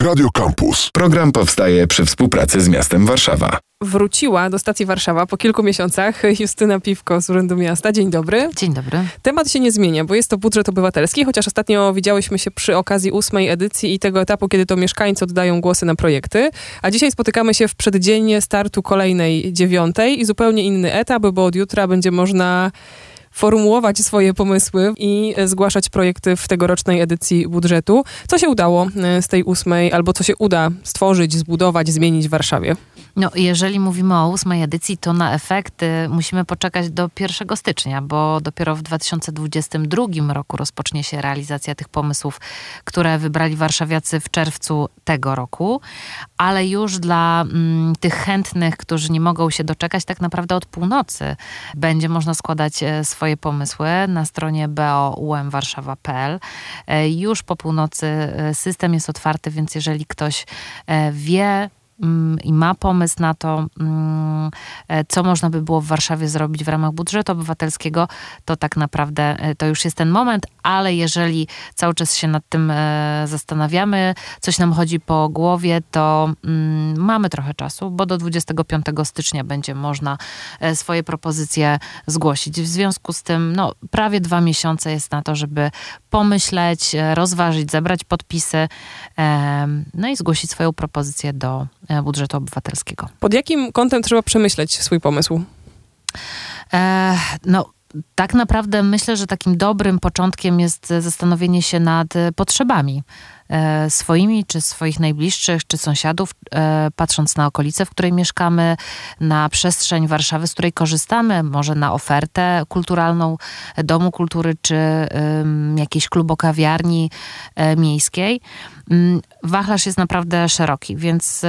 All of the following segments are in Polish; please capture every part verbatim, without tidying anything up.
Radio Campus. Program powstaje przy współpracy z miastem Warszawa. Wróciła do stacji Warszawa po kilku miesiącach Justyna Piwko z Urzędu Miasta. Dzień dobry. Dzień dobry. Temat się nie zmienia, bo jest to budżet obywatelski, chociaż ostatnio widziałyśmy się przy okazji ósmej edycji i tego etapu, kiedy to mieszkańcy oddają głosy na projekty. A dzisiaj spotykamy się w przeddzień startu kolejnej dziewiątej i zupełnie inny etap, bo od jutra będzie można formułować swoje pomysły i zgłaszać projekty w tegorocznej edycji budżetu. Co się udało z tej ósmej, albo co się uda stworzyć, zbudować, zmienić w Warszawie? No, jeżeli mówimy o ósmej edycji, to na efekty musimy poczekać do pierwszego stycznia, bo dopiero w dwa tysiące dwudziestym drugim roku rozpocznie się realizacja tych pomysłów, które wybrali warszawiacy w czerwcu tego roku, ale już dla mm, tych chętnych, którzy nie mogą się doczekać, tak naprawdę od północy będzie można składać e, swoje pomysły na stronie b o u m warszawa kropka p l. E, już po północy e, system jest otwarty, więc jeżeli ktoś e, wie, i ma pomysł na to, co można by było w Warszawie zrobić w ramach budżetu obywatelskiego, to tak naprawdę to już jest ten moment, ale jeżeli cały czas się nad tym zastanawiamy, coś nam chodzi po głowie, to mamy trochę czasu, bo do dwudziestego piątego stycznia będzie można swoje propozycje zgłosić. W związku z tym, no, prawie dwa miesiące jest na to, żeby pomyśleć, rozważyć, zebrać podpisy, no i zgłosić swoją propozycję do budżetu obywatelskiego. Pod jakim kątem trzeba przemyśleć swój pomysł? E, no, tak naprawdę myślę, że takim dobrym początkiem jest zastanowienie się nad potrzebami e, swoimi, czy swoich najbliższych, czy sąsiadów, e, patrząc na okolicę, w której mieszkamy, na przestrzeń Warszawy, z której korzystamy, może na ofertę kulturalną Domu Kultury, czy e, jakiejś klubokawiarni e, miejskiej. Wachlarz jest naprawdę szeroki, więc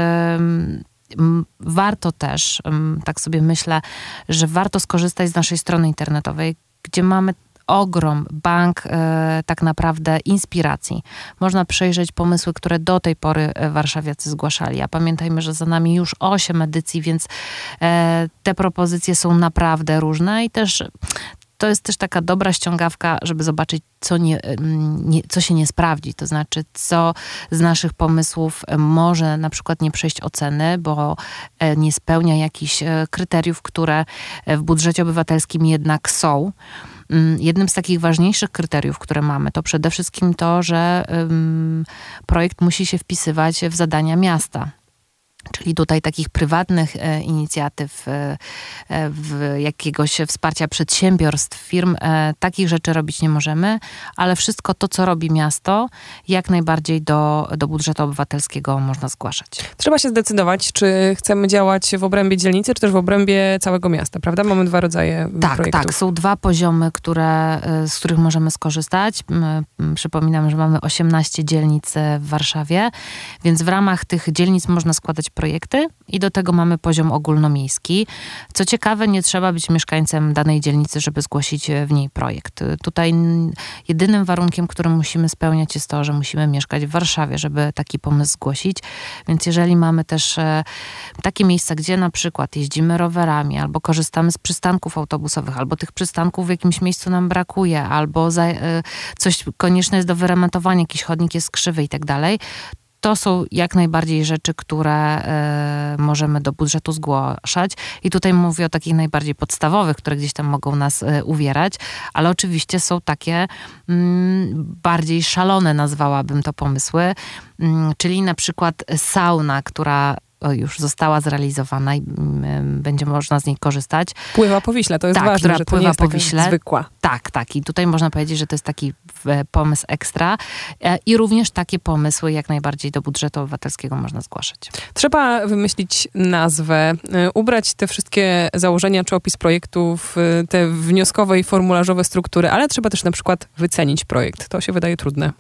warto też, tak sobie myślę, że warto skorzystać z naszej strony internetowej, gdzie mamy ogrom, bank e, tak naprawdę inspiracji. Można przejrzeć pomysły, które do tej pory warszawiacy zgłaszali. A pamiętajmy, że za nami już osiem edycji, więc e, te propozycje są naprawdę różne i też to jest też taka dobra ściągawka, żeby zobaczyć, co, nie, nie, co się nie sprawdzi. To znaczy, co z naszych pomysłów może na przykład nie przejść oceny, bo nie spełnia jakichś kryteriów, które w budżecie obywatelskim jednak są. Jednym z takich ważniejszych kryteriów, które mamy, to przede wszystkim to, że um, projekt musi się wpisywać w zadania miasta. Czyli tutaj takich prywatnych e, inicjatyw, e, w jakiegoś wsparcia przedsiębiorstw, firm, e, takich rzeczy robić nie możemy, ale wszystko to, co robi miasto, jak najbardziej do, do budżetu obywatelskiego można zgłaszać. Trzeba się zdecydować, czy chcemy działać w obrębie dzielnicy, czy też w obrębie całego miasta, prawda? Mamy dwa rodzaje tak, projektów. Tak, są dwa poziomy, które, z których możemy skorzystać. Przypominam, że mamy osiemnaście dzielnic w Warszawie, więc w ramach tych dzielnic można składać projekty i do tego mamy poziom ogólnomiejski. Co ciekawe, nie trzeba być mieszkańcem danej dzielnicy, żeby zgłosić w niej projekt. Tutaj jedynym warunkiem, który musimy spełniać, jest to, że musimy mieszkać w Warszawie, żeby taki pomysł zgłosić. Więc jeżeli mamy też takie miejsca, gdzie na przykład jeździmy rowerami, albo korzystamy z przystanków autobusowych, albo tych przystanków w jakimś miejscu nam brakuje, albo za, coś konieczne jest do wyremontowania, jakiś chodnik jest krzywy i tak dalej, to są jak najbardziej rzeczy, które y, możemy do budżetu zgłaszać. I tutaj mówię o takich najbardziej podstawowych, które gdzieś tam mogą nas y, uwierać, ale oczywiście są takie y, bardziej szalone, nazwałabym to pomysły, y, czyli na przykład sauna, która już została zrealizowana i y, będzie można z niej korzystać. Pływa po Wiśle, to jest tak, ważne, która że to pływa nie jest po taka Wiśle. zwykła. Tak, tak. I tutaj można powiedzieć, że to jest taki pomysł ekstra. I również takie pomysły jak najbardziej do budżetu obywatelskiego można zgłaszać. Trzeba wymyślić nazwę, ubrać te wszystkie założenia czy opis projektów, te wnioskowe i formularzowe struktury, ale trzeba też na przykład wycenić projekt. To się wydaje trudne.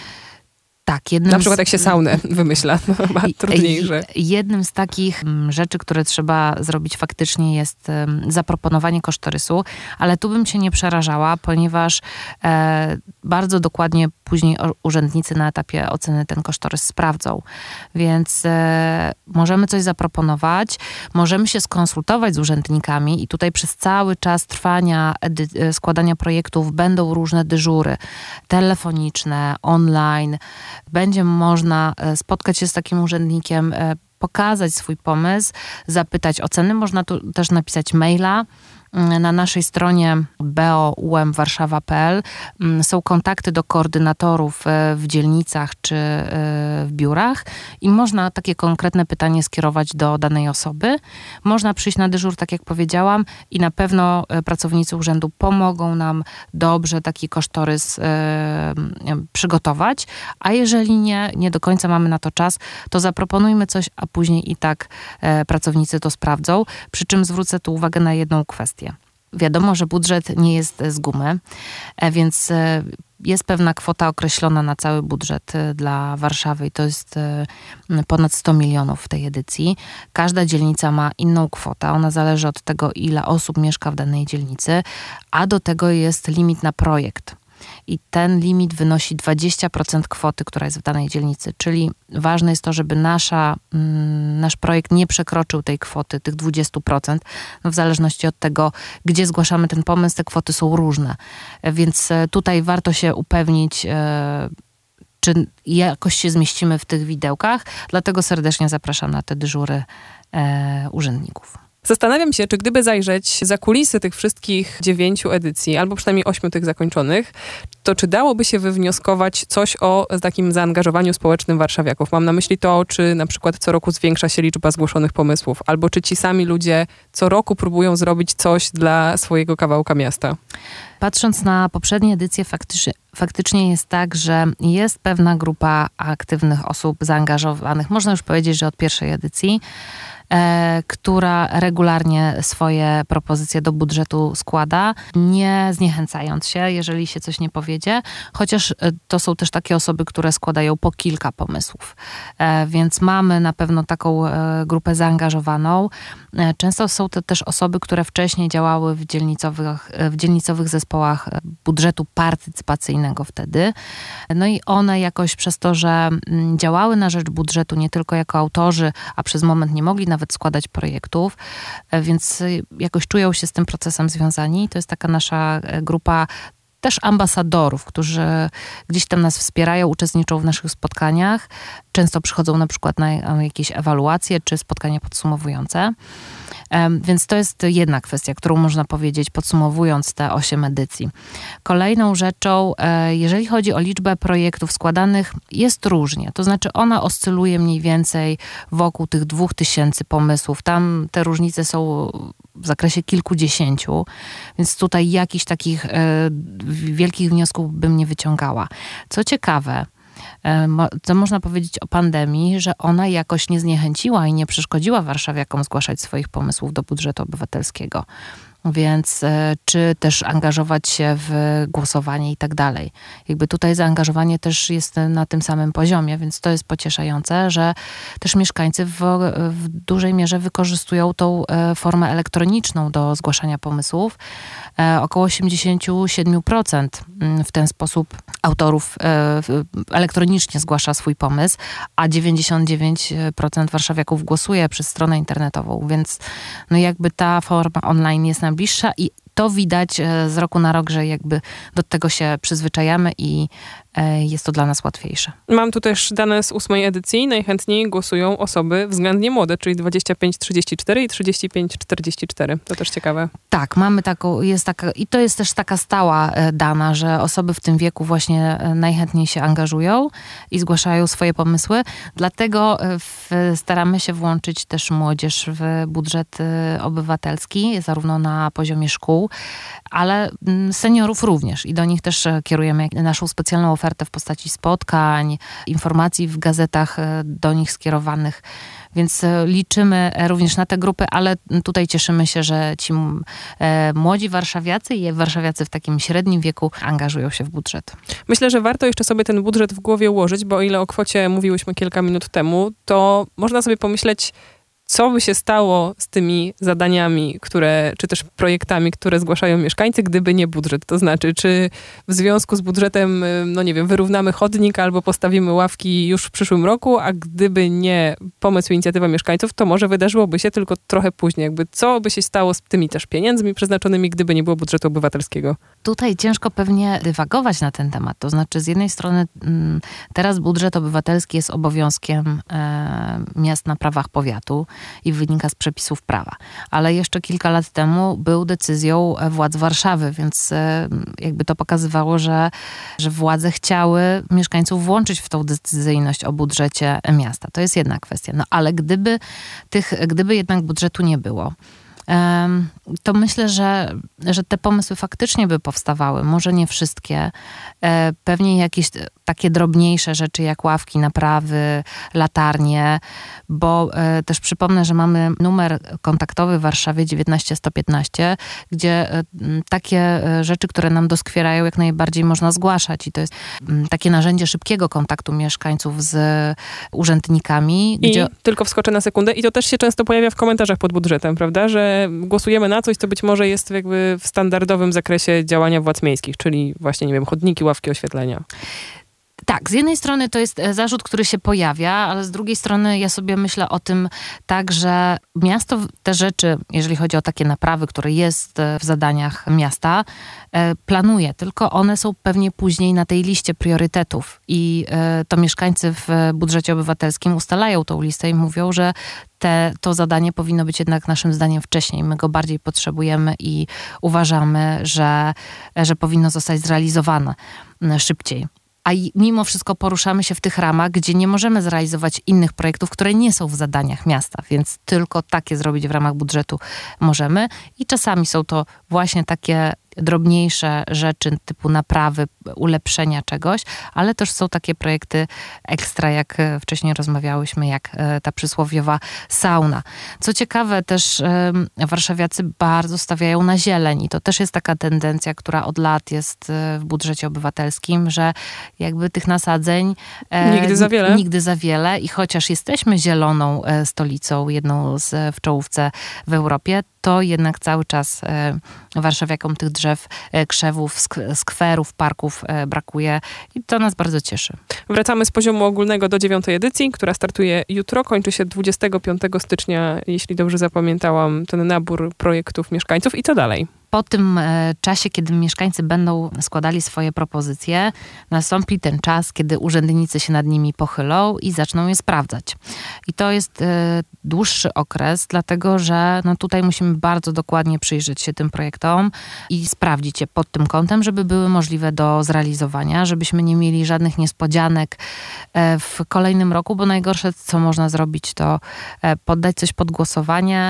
Tak, jednym na przykład z... jak się saunę wymyśla, no chyba trudniejsze. Jednym z takich rzeczy, które trzeba zrobić faktycznie jest zaproponowanie kosztorysu, ale tu bym się nie przerażała, ponieważ e, bardzo dokładnie później urzędnicy na etapie oceny ten kosztorys sprawdzą. Więc e, możemy coś zaproponować, możemy się skonsultować z urzędnikami i tutaj przez cały czas trwania edy- składania projektów będą różne dyżury telefoniczne, online. Będzie można spotkać się z takim urzędnikiem, e, pokazać swój pomysł, zapytać o ceny. Można tu też napisać maila. Na naszej stronie b o u m warszawa kropka p l są kontakty do koordynatorów w dzielnicach czy w biurach i można takie konkretne pytanie skierować do danej osoby. Można przyjść na dyżur, tak jak powiedziałam, i na pewno pracownicy urzędu pomogą nam dobrze taki kosztorys przygotować, a jeżeli nie, nie do końca mamy na to czas, to zaproponujmy coś, a później i tak pracownicy to sprawdzą. Przy czym zwrócę tu uwagę na jedną kwestię. Wiadomo, że budżet nie jest z gumy, więc jest pewna kwota określona na cały budżet dla Warszawy i to jest ponad sto milionów w tej edycji. Każda dzielnica ma inną kwotę, ona zależy od tego, ile osób mieszka w danej dzielnicy, a do tego jest limit na projekt. I ten limit wynosi dwadzieścia procent kwoty, która jest w danej dzielnicy. Czyli ważne jest to, żeby nasza, mm, nasz projekt nie przekroczył tej kwoty, tych dwadzieścia procent. No w zależności od tego, gdzie zgłaszamy ten pomysł, te kwoty są różne. Więc tutaj warto się upewnić, e, czy jakoś się zmieścimy w tych widełkach. Dlatego serdecznie zapraszam na te dyżury e, urzędników. Zastanawiam się, czy gdyby zajrzeć za kulisy tych wszystkich dziewięciu edycji, albo przynajmniej ośmiu tych zakończonych, to czy dałoby się wywnioskować coś o takim zaangażowaniu społecznym warszawiaków? Mam na myśli to, czy na przykład co roku zwiększa się liczba zgłoszonych pomysłów, albo czy ci sami ludzie co roku próbują zrobić coś dla swojego kawałka miasta. Patrząc na poprzednie edycje, faktycznie, faktycznie jest tak, że jest pewna grupa aktywnych osób zaangażowanych, można już powiedzieć, że od pierwszej edycji, E, która regularnie swoje propozycje do budżetu składa, nie zniechęcając się, jeżeli się coś nie powiedzie, chociaż e, to są też takie osoby, które składają po kilka pomysłów. E, więc mamy na pewno taką e, grupę zaangażowaną. E, często są to też osoby, które wcześniej działały w dzielnicowych, w dzielnicowych zespołach budżetu partycypacyjnego wtedy. No i one jakoś przez to, że m, działały na rzecz budżetu nie tylko jako autorzy, a przez moment nie mogli nawet składać projektów, więc jakoś czują się z tym procesem związani. To jest taka nasza grupa też ambasadorów, którzy gdzieś tam nas wspierają, uczestniczą w naszych spotkaniach. Często przychodzą na przykład na jakieś ewaluacje czy spotkania podsumowujące. Więc to jest jedna kwestia, którą można powiedzieć, podsumowując te osiem edycji. Kolejną rzeczą, jeżeli chodzi o liczbę projektów składanych, jest różnie. To znaczy ona oscyluje mniej więcej wokół tych dwóch tysięcy pomysłów. Tam te różnice są w zakresie kilkudziesięciu, więc tutaj jakichś takich wielkich wniosków bym nie wyciągała. Co ciekawe, co można powiedzieć o pandemii, że ona jakoś nie zniechęciła i nie przeszkodziła warszawiakom zgłaszać swoich pomysłów do budżetu obywatelskiego. Więc czy też angażować się w głosowanie i tak dalej. Jakby tutaj zaangażowanie też jest na tym samym poziomie, więc to jest pocieszające, że też mieszkańcy w, w dużej mierze wykorzystują tą formę elektroniczną do zgłaszania pomysłów. Około osiemdziesiąt siedem procent w ten sposób autorów elektronicznie zgłasza swój pomysł, a dziewięćdziesiąt dziewięć procent warszawiaków głosuje przez stronę internetową, więc no jakby ta forma online jest nam bliższa i to widać z roku na rok, że jakby do tego się przyzwyczajamy i jest to dla nas łatwiejsze. Mam tu też dane z ósmej edycji. Najchętniej głosują osoby względnie młode, czyli dwadzieścia pięć trzydzieści cztery i trzydzieści pięć czterdzieści cztery. To też ciekawe. Tak, mamy taką, jest taka, i to jest też taka stała dana, że osoby w tym wieku właśnie najchętniej się angażują i zgłaszają swoje pomysły. Dlatego w, staramy się włączyć też młodzież w budżet obywatelski, zarówno na poziomie szkół, ale seniorów również i do nich też kierujemy naszą specjalną ofertę w postaci spotkań, informacji w gazetach do nich skierowanych, więc liczymy również na te grupy, ale tutaj cieszymy się, że ci młodzi warszawiacy i warszawiacy w takim średnim wieku angażują się w budżet. Myślę, że warto jeszcze sobie ten budżet w głowie ułożyć, bo o ile o kwocie mówiłyśmy kilka minut temu, to można sobie pomyśleć, co by się stało z tymi zadaniami, które, czy też projektami, które zgłaszają mieszkańcy, gdyby nie budżet. To znaczy, czy w związku z budżetem, no nie wiem, wyrównamy chodnik albo postawimy ławki już w przyszłym roku, a gdyby nie pomysł, inicjatywa mieszkańców, to może wydarzyłoby się tylko trochę później. Jakby co by się stało z tymi też pieniędzmi przeznaczonymi, gdyby nie było budżetu obywatelskiego? Tutaj ciężko pewnie dywagować na ten temat. To znaczy, z jednej strony teraz budżet obywatelski jest obowiązkiem e, miast na prawach powiatu i wynika z przepisów prawa. Ale jeszcze kilka lat temu był decyzją władz Warszawy, więc e, jakby to pokazywało, że, że władze chciały mieszkańców włączyć w tą decyzyjność o budżecie miasta. To jest jedna kwestia. No ale gdyby, tych, gdyby jednak budżetu nie było, to myślę, że, że te pomysły faktycznie by powstawały. Może nie wszystkie. Pewnie jakieś takie drobniejsze rzeczy jak ławki, naprawy, latarnie, bo też przypomnę, że mamy numer kontaktowy w Warszawie dziewiętnaście sto piętnaście, gdzie takie rzeczy, które nam doskwierają, jak najbardziej można zgłaszać i to jest takie narzędzie szybkiego kontaktu mieszkańców z urzędnikami. I gdzie... tylko wskoczę na sekundę i to też się często pojawia w komentarzach pod budżetem, prawda, że głosujemy na coś, co być może jest jakby w standardowym zakresie działania władz miejskich, czyli właśnie, nie wiem, chodniki, ławki, oświetlenia. Tak, z jednej strony to jest zarzut, który się pojawia, ale z drugiej strony ja sobie myślę o tym tak, że miasto te rzeczy, jeżeli chodzi o takie naprawy, które jest w zadaniach miasta, planuje, tylko one są pewnie później na tej liście priorytetów i to mieszkańcy w budżecie obywatelskim ustalają tą listę i mówią, że te, to zadanie powinno być jednak naszym zdaniem wcześniej. My go bardziej potrzebujemy i uważamy, że, że powinno zostać zrealizowane szybciej. A mimo wszystko poruszamy się w tych ramach, gdzie nie możemy zrealizować innych projektów, które nie są w zadaniach miasta, więc tylko takie zrobić w ramach budżetu możemy. I czasami są to właśnie takie drobniejsze rzeczy typu naprawy, ulepszenia czegoś, ale też są takie projekty ekstra, jak wcześniej rozmawiałyśmy, jak ta przysłowiowa sauna. Co ciekawe, też warszawiacy bardzo stawiają na zieleń i to też jest taka tendencja, która od lat jest w budżecie obywatelskim, że jakby tych nasadzeń nigdy za wiele. Nigdy za wiele i chociaż jesteśmy zieloną stolicą, jedną z w czołówce w Europie, to jednak cały czas warszawiakom tych drzew, krzewów, skwerów, parków brakuje i to nas bardzo cieszy. Wracamy z poziomu ogólnego do dziewiątej edycji, która startuje jutro, kończy się dwudziestego piątego stycznia, jeśli dobrze zapamiętałam, ten nabór projektów mieszkańców. I co dalej? Po tym czasie, kiedy mieszkańcy będą składali swoje propozycje, nastąpi ten czas, kiedy urzędnicy się nad nimi pochylą i zaczną je sprawdzać. I to jest dłuższy okres, dlatego że no tutaj musimy bardzo dokładnie przyjrzeć się tym projektom i sprawdzić je pod tym kątem, żeby były możliwe do zrealizowania, żebyśmy nie mieli żadnych niespodzianek w kolejnym roku, bo najgorsze, co można zrobić, to poddać coś pod głosowanie,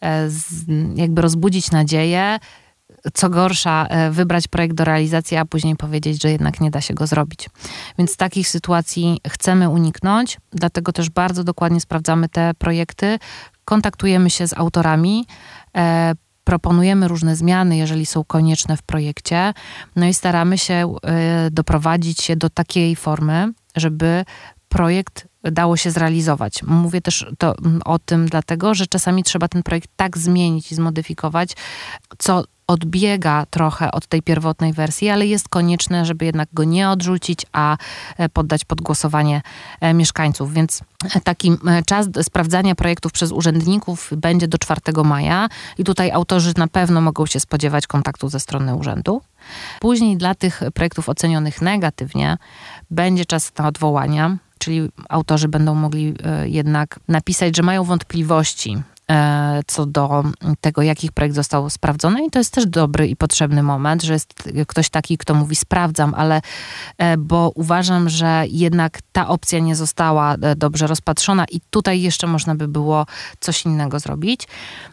jakby rozbudzić nadzieję, co gorsza, wybrać projekt do realizacji, a później powiedzieć, że jednak nie da się go zrobić. Więc takich sytuacji chcemy uniknąć, dlatego też bardzo dokładnie sprawdzamy te projekty, kontaktujemy się z autorami, e, proponujemy różne zmiany, jeżeli są konieczne w projekcie, no i staramy się e, doprowadzić się do takiej formy, żeby projekt dało się zrealizować. Mówię też to, o tym dlatego, że czasami trzeba ten projekt tak zmienić i zmodyfikować, co odbiega trochę od tej pierwotnej wersji, ale jest konieczne, żeby jednak go nie odrzucić, a poddać pod głosowanie mieszkańców. Więc taki czas sprawdzania projektów przez urzędników będzie do czwartego maja i tutaj autorzy na pewno mogą się spodziewać kontaktu ze strony urzędu. Później dla tych projektów ocenionych negatywnie będzie czas na odwołania, czyli autorzy będą mogli jednak napisać, że mają wątpliwości co do tego, jak ich projekt został sprawdzony i to jest też dobry i potrzebny moment, że jest ktoś taki, kto mówi sprawdzam, ale bo uważam, że jednak ta opcja nie została dobrze rozpatrzona i tutaj jeszcze można by było coś innego zrobić.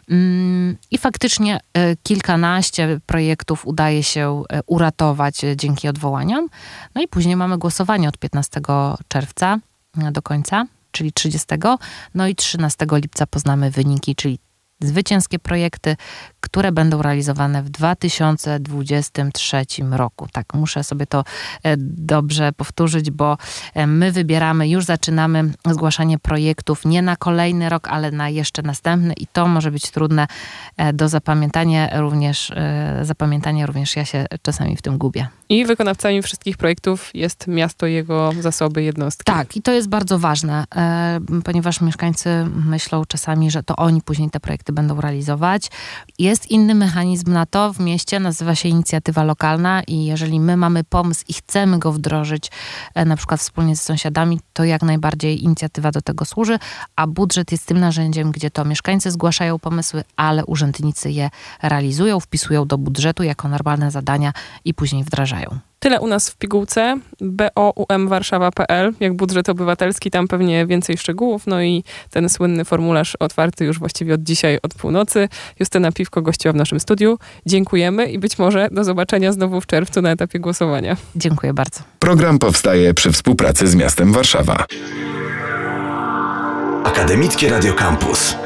I faktycznie kilkanaście projektów udaje się uratować dzięki odwołaniom. No i później mamy głosowanie od piętnastego czerwca do końca, czyli trzydziestego, no i trzynastego lipca poznamy wyniki, czyli zwycięskie projekty, które będą realizowane w dwa tysiące dwudziestym trzecim roku. Tak, muszę sobie to dobrze powtórzyć, bo my wybieramy, już zaczynamy zgłaszanie projektów nie na kolejny rok, ale na jeszcze następny i to może być trudne do zapamiętania również, zapamiętania również ja się czasami w tym gubię. I wykonawcami wszystkich projektów jest miasto i jego zasoby, jednostki. Tak, i to jest bardzo ważne, ponieważ mieszkańcy myślą czasami, że to oni później te projekty będą realizować. Jest inny mechanizm na to w mieście, nazywa się inicjatywa lokalna i jeżeli my mamy pomysł i chcemy go wdrożyć na przykład wspólnie z sąsiadami, to jak najbardziej inicjatywa do tego służy, a budżet jest tym narzędziem, gdzie to mieszkańcy zgłaszają pomysły, ale urzędnicy je realizują, wpisują do budżetu jako normalne zadania i później wdrażają. Tyle u nas w pigułce. b o u m warszawa kropka p l. Jak budżet obywatelski, tam pewnie więcej szczegółów. No i ten słynny formularz otwarty już właściwie od dzisiaj, od północy. Justyna Piwko gościła w naszym studiu. Dziękujemy i być może do zobaczenia znowu w czerwcu na etapie głosowania. Dziękuję bardzo. Program powstaje przy współpracy z miastem Warszawa. Akademickie Radio Campus.